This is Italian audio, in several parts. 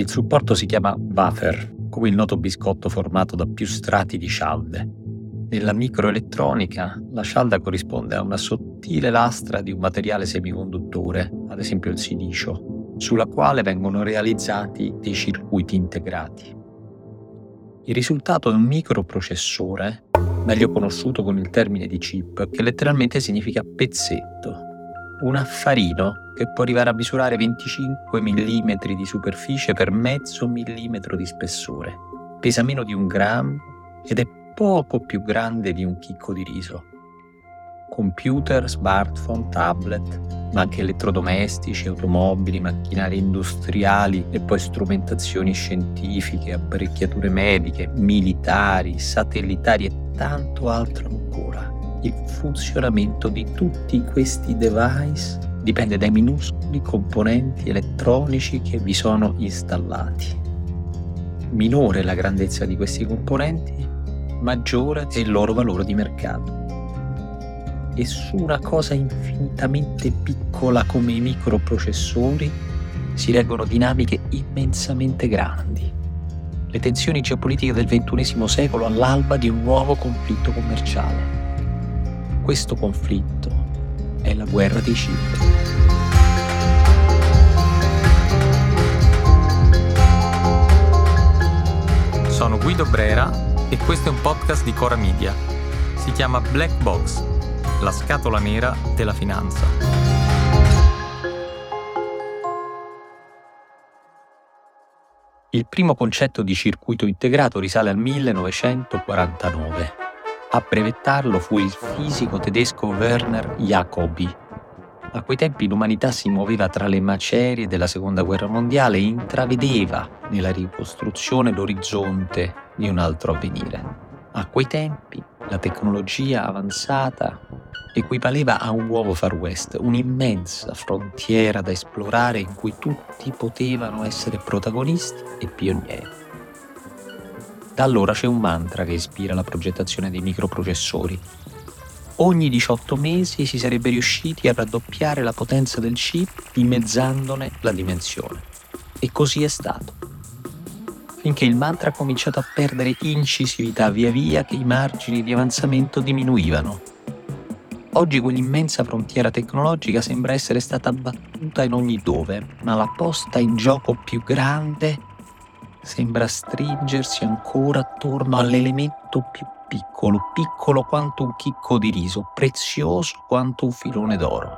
Il supporto si chiama wafer, come il noto biscotto formato da più strati di cialde. Nella microelettronica, la cialda corrisponde a una sottile lastra di un materiale semiconduttore, ad esempio il silicio, sulla quale vengono realizzati dei circuiti integrati. Il risultato è un microprocessore, meglio conosciuto con il termine di chip, che letteralmente significa pezzetto. Un affarino che può arrivare a misurare 25 mm di superficie per mezzo millimetro di spessore. Pesa meno di 1 grammo ed è poco più grande di un chicco di riso. Computer, smartphone, tablet, ma anche elettrodomestici, automobili, macchinari industriali e poi strumentazioni scientifiche, apparecchiature mediche, militari, satellitari e tanto altro ancora. Il funzionamento di tutti questi device dipende dai minuscoli componenti elettronici che vi sono installati. Minore è la grandezza di questi componenti, maggiore è il loro valore di mercato. E su una cosa infinitamente piccola come i microprocessori si reggono dinamiche immensamente grandi. Le tensioni geopolitiche del XXI secolo all'alba di un nuovo conflitto commerciale. Questo conflitto è la guerra dei chip. Sono Guido Brera e questo è un podcast di Cora Media. Si chiama Black Box, la scatola nera della finanza. Il primo concetto di circuito integrato risale al 1949. A brevettarlo fu il fisico tedesco Werner Jacobi. A quei tempi l'umanità si muoveva tra le macerie della Seconda Guerra Mondiale e intravedeva nella ricostruzione l'orizzonte di un altro avvenire. A quei tempi la tecnologia avanzata equivaleva a un nuovo Far West, un'immensa frontiera da esplorare in cui tutti potevano essere protagonisti e pionieri. Da allora c'è un mantra che ispira la progettazione dei microprocessori. Ogni 18 mesi si sarebbe riusciti a raddoppiare la potenza del chip dimezzandone la dimensione. E così è stato. Finché il mantra ha cominciato a perdere incisività via via che i margini di avanzamento diminuivano. Oggi quell'immensa frontiera tecnologica sembra essere stata battuta in ogni dove, ma la posta in gioco più grande sembra stringersi ancora attorno all'elemento più piccolo quanto un chicco di riso, prezioso quanto un filone d'oro.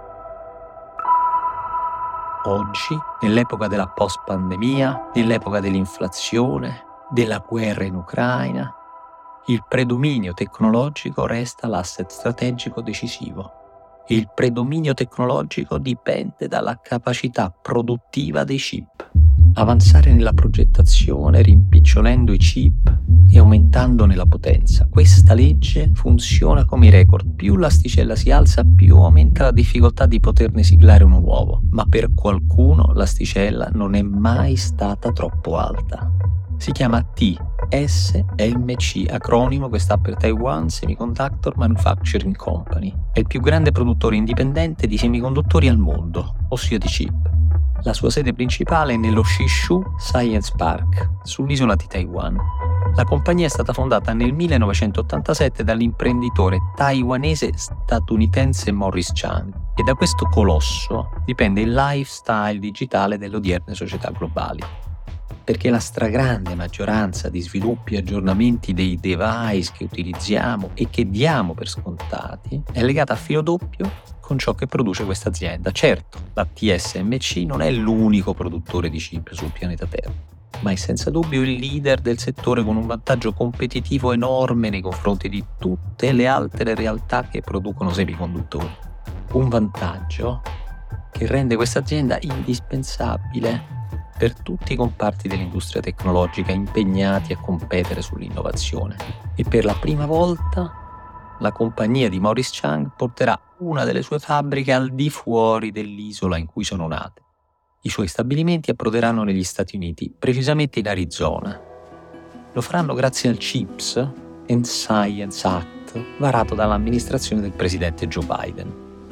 Oggi, nell'epoca della post-pandemia, nell'epoca dell'inflazione, della guerra in Ucraina, il predominio tecnologico resta l'asset strategico decisivo. Il predominio tecnologico dipende dalla capacità produttiva dei chip. Avanzare nella progettazione, rimpicciolendo i chip e aumentandone la potenza. Questa legge funziona come i record. Più l'asticella si alza, più aumenta la difficoltà di poterne siglare uno nuovo. Ma per qualcuno l'asticella non è mai stata troppo alta. Si chiama TSMC, acronimo che sta per Taiwan Semiconductor Manufacturing Company. È il più grande produttore indipendente di semiconduttori al mondo, ossia di chip. La sua sede principale è nello Shishu Science Park, sull'isola di Taiwan. La compagnia è stata fondata nel 1987 dall'imprenditore taiwanese statunitense Morris Chang e da questo colosso dipende il lifestyle digitale delle odierne società globali. Perché la stragrande maggioranza di sviluppi e aggiornamenti dei device che utilizziamo e che diamo per scontati è legata a filo doppio con ciò che produce questa azienda. Certo, la TSMC non è l'unico produttore di chip sul pianeta Terra, ma è senza dubbio il leader del settore con un vantaggio competitivo enorme nei confronti di tutte le altre realtà che producono semiconduttori. Un vantaggio che rende questa azienda indispensabile per tutti i comparti dell'industria tecnologica impegnati a competere sull'innovazione. E per la prima volta la compagnia di Morris Chang porterà una delle sue fabbriche al di fuori dell'isola in cui sono nate. I suoi stabilimenti approderanno negli Stati Uniti, precisamente in Arizona. Lo faranno grazie al CHIPS and Science Act varato dall'amministrazione del presidente Joe Biden.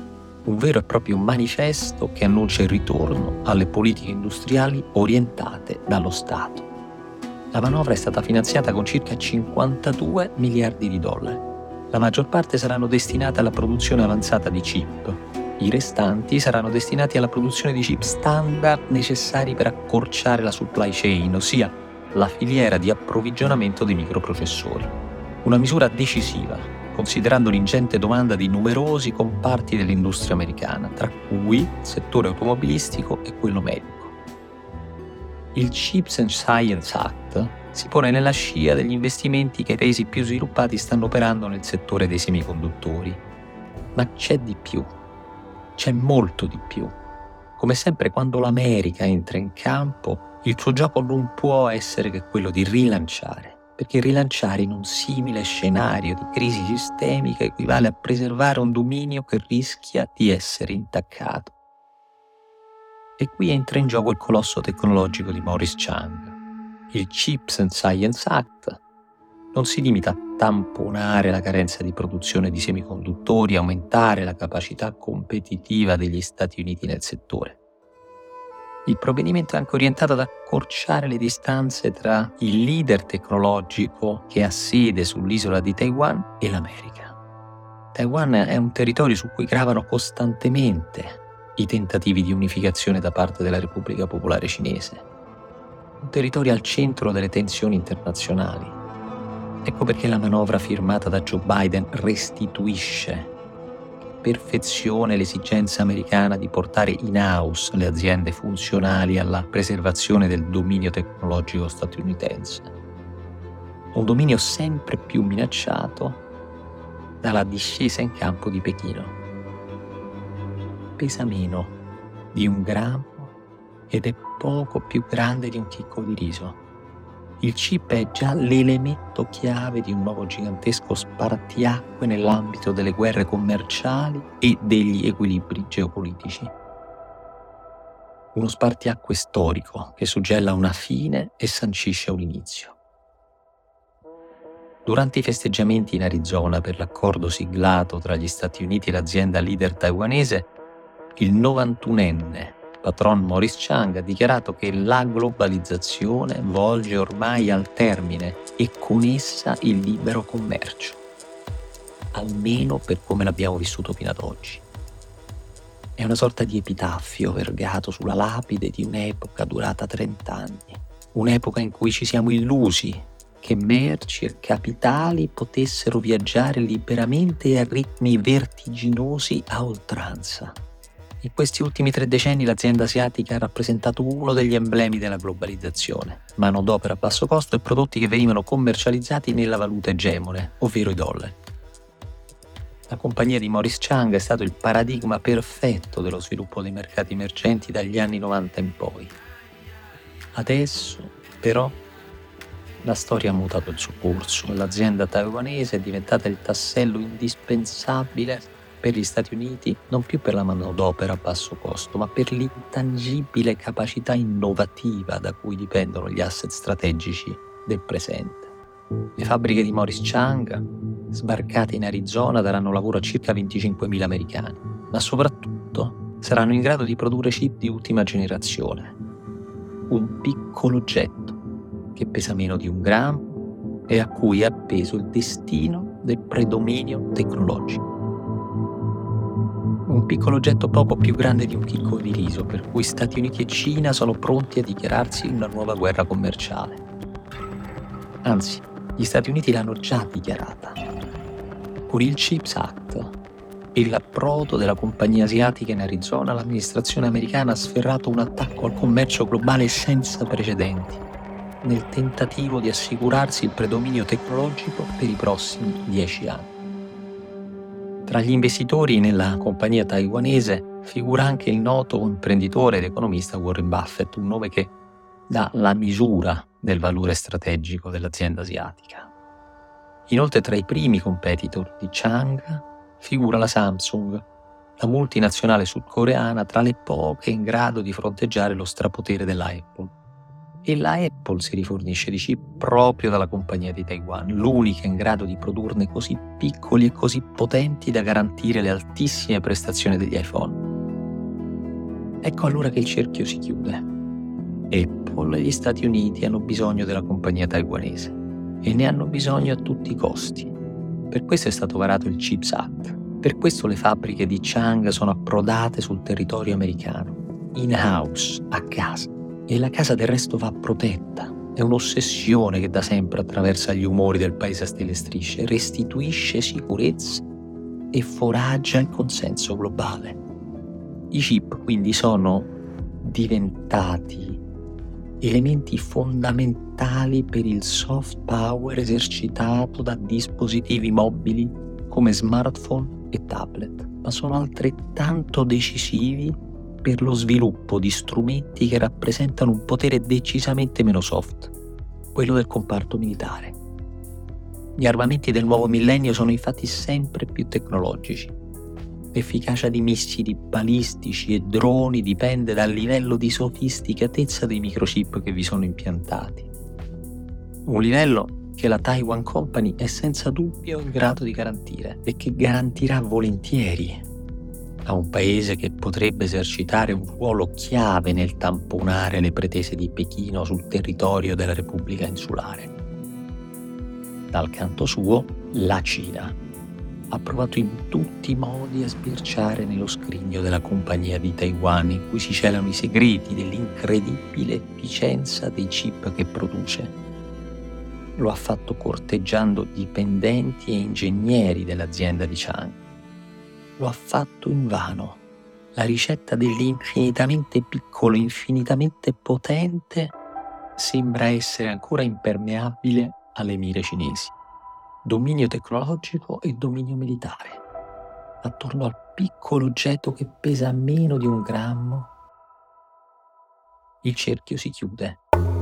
un vero e proprio manifesto che annuncia il ritorno alle politiche industriali orientate dallo Stato. La manovra è stata finanziata con circa 52 miliardi di dollari. La maggior parte saranno destinate alla produzione avanzata di chip. I restanti saranno destinati alla produzione di chip standard necessari per accorciare la supply chain, ossia la filiera di approvvigionamento dei microprocessori. Una misura decisiva, considerando l'ingente domanda di numerosi comparti dell'industria americana, tra cui il settore automobilistico e quello medico. Il Chips and Science Act si pone nella scia degli investimenti che i paesi più sviluppati stanno operando nel settore dei semiconduttori. Ma c'è di più. C'è molto di più. Come sempre, quando l'America entra in campo, il suo gioco non può essere che quello di rilanciare, perché rilanciare in un simile scenario di crisi sistemica equivale a preservare un dominio che rischia di essere intaccato. E qui entra in gioco il colosso tecnologico di Morris Chang. Il Chips and Science Act non si limita a tamponare la carenza di produzione di semiconduttori, aumentare la capacità competitiva degli Stati Uniti nel settore. Il provvedimento è anche orientato ad accorciare le distanze tra il leader tecnologico che ha sede sull'isola di Taiwan e l'America. Taiwan è un territorio su cui gravano costantemente i tentativi di unificazione da parte della Repubblica Popolare Cinese. Un territorio al centro delle tensioni internazionali. Ecco perché la manovra firmata da Joe Biden restituisce a perfezione l'esigenza americana di portare in house le aziende funzionali alla preservazione del dominio tecnologico statunitense. Un dominio sempre più minacciato dalla discesa in campo di Pechino. Pesa meno di 1 grammo ed è poco più grande di un chicco di riso. Il chip è già l'elemento chiave di un nuovo gigantesco spartiacque nell'ambito delle guerre commerciali e degli equilibri geopolitici. Uno spartiacque storico che suggella una fine e sancisce un inizio. Durante i festeggiamenti in Arizona per l'accordo siglato tra gli Stati Uniti e l'azienda leader taiwanese, il 91enne patron Morris Chang ha dichiarato che la globalizzazione volge ormai al termine e con essa il libero commercio, almeno per come l'abbiamo vissuto fino ad oggi. È una sorta di epitaffio vergato sulla lapide di un'epoca durata 30 anni, un'epoca in cui ci siamo illusi che merci e capitali potessero viaggiare liberamente e a ritmi vertiginosi a oltranza. In questi ultimi 3 decenni l'azienda asiatica ha rappresentato uno degli emblemi della globalizzazione, manodopera a basso costo e prodotti che venivano commercializzati nella valuta egemone, ovvero i dollari. La compagnia di Morris Chang è stato il paradigma perfetto dello sviluppo dei mercati emergenti dagli anni 90 in poi. Adesso, però, la storia ha mutato il suo corso e l'azienda taiwanese è diventata il tassello indispensabile per gli Stati Uniti, non più per la manodopera a basso costo, ma per l'intangibile capacità innovativa da cui dipendono gli asset strategici del presente. Le fabbriche di Morris Chang, sbarcate in Arizona, daranno lavoro a circa 25.000 americani, ma soprattutto saranno in grado di produrre chip di ultima generazione. Un piccolo oggetto che pesa meno di 1 grammo e a cui è appeso il destino del predominio tecnologico. Un piccolo oggetto poco più grande di un chicco di riso, per cui Stati Uniti e Cina sono pronti a dichiararsi una nuova guerra commerciale. Anzi, gli Stati Uniti l'hanno già dichiarata. Con il Chips Act e l'approdo della compagnia asiatica in Arizona, l'amministrazione americana ha sferrato un attacco al commercio globale senza precedenti, nel tentativo di assicurarsi il predominio tecnologico per i prossimi 10 anni. Tra gli investitori nella compagnia taiwanese figura anche il noto imprenditore ed economista Warren Buffett, un nome che dà la misura del valore strategico dell'azienda asiatica. Inoltre tra i primi competitor di Chang figura la Samsung, la multinazionale sudcoreana tra le poche in grado di fronteggiare lo strapotere della Apple. E la Apple si rifornisce di chip proprio dalla compagnia di Taiwan, l'unica in grado di produrne così piccoli e così potenti da garantire le altissime prestazioni degli iPhone. Ecco allora che il cerchio si chiude. Apple e gli Stati Uniti hanno bisogno della compagnia taiwanese e ne hanno bisogno a tutti i costi. Per questo è stato varato il CHIPS Act. Per questo le fabbriche di Chang sono approdate sul territorio americano, in-house, a casa. E la casa del resto va protetta. È un'ossessione che da sempre attraversa gli umori del paese a stelle e strisce, restituisce sicurezza e foraggia il consenso globale. I chip quindi sono diventati elementi fondamentali per il soft power esercitato da dispositivi mobili come smartphone e tablet, ma sono altrettanto decisivi per lo sviluppo di strumenti che rappresentano un potere decisamente meno soft, quello del comparto militare. Gli armamenti del nuovo millennio sono infatti sempre più tecnologici. L'efficacia di missili balistici e droni dipende dal livello di sofisticatezza dei microchip che vi sono impiantati. Un livello che la Taiwan Company è senza dubbio in grado di garantire e che garantirà volentieri a un paese che potrebbe esercitare un ruolo chiave nel tamponare le pretese di Pechino sul territorio della Repubblica Insulare. Dal canto suo, la Cina ha provato in tutti i modi a sbirciare nello scrigno della compagnia di Taiwan, in cui si celano i segreti dell'incredibile efficienza dei chip che produce. Lo ha fatto corteggiando dipendenti e ingegneri dell'azienda di Chang. Lo ha fatto invano. La ricetta dell'infinitamente piccolo, infinitamente potente sembra essere ancora impermeabile alle mire cinesi. Dominio tecnologico e dominio militare. Attorno al piccolo oggetto che pesa meno di 1 grammo, il cerchio si chiude.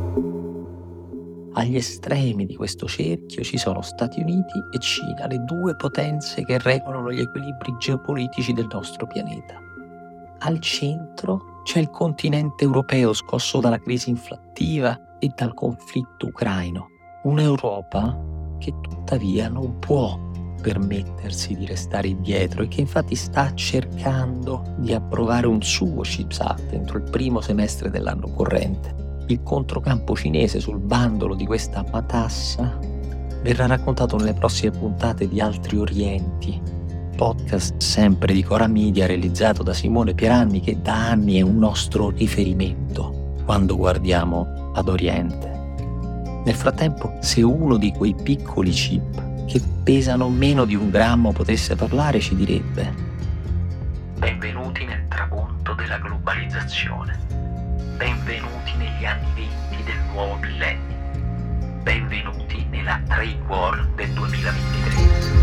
Agli estremi di questo cerchio ci sono Stati Uniti e Cina, le due potenze che regolano gli equilibri geopolitici del nostro pianeta. Al centro c'è il continente europeo scosso dalla crisi inflattiva e dal conflitto ucraino. Un'Europa che tuttavia non può permettersi di restare indietro e che infatti sta cercando di approvare un suo CHIPS Act entro il primo semestre dell'anno corrente. Il controcampo cinese sul bandolo di questa matassa verrà raccontato nelle prossime puntate di Altri Orienti, podcast sempre di Cora Media realizzato da Simone Pieranni, che da anni è un nostro riferimento quando guardiamo ad Oriente. Nel frattempo, se uno di quei piccoli chip che pesano meno di 1 grammo potesse parlare, ci direbbe: benvenuti nel tramonto della globalizzazione. Benvenuti negli anni 20 del nuovo millennio. Benvenuti nella Trade War del 2023.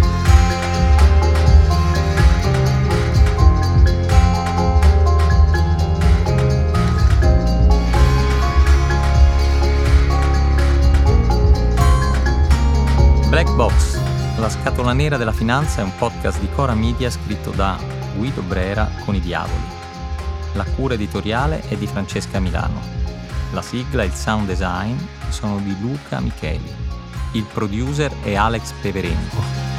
Black Box, la scatola nera della finanza, è un podcast di Cora Media scritto da Guido Brera con i Diavoli. La cura editoriale è di Francesca Milano. La sigla e il sound design sono di Luca Micheli. Il producer è Alex Peverenko.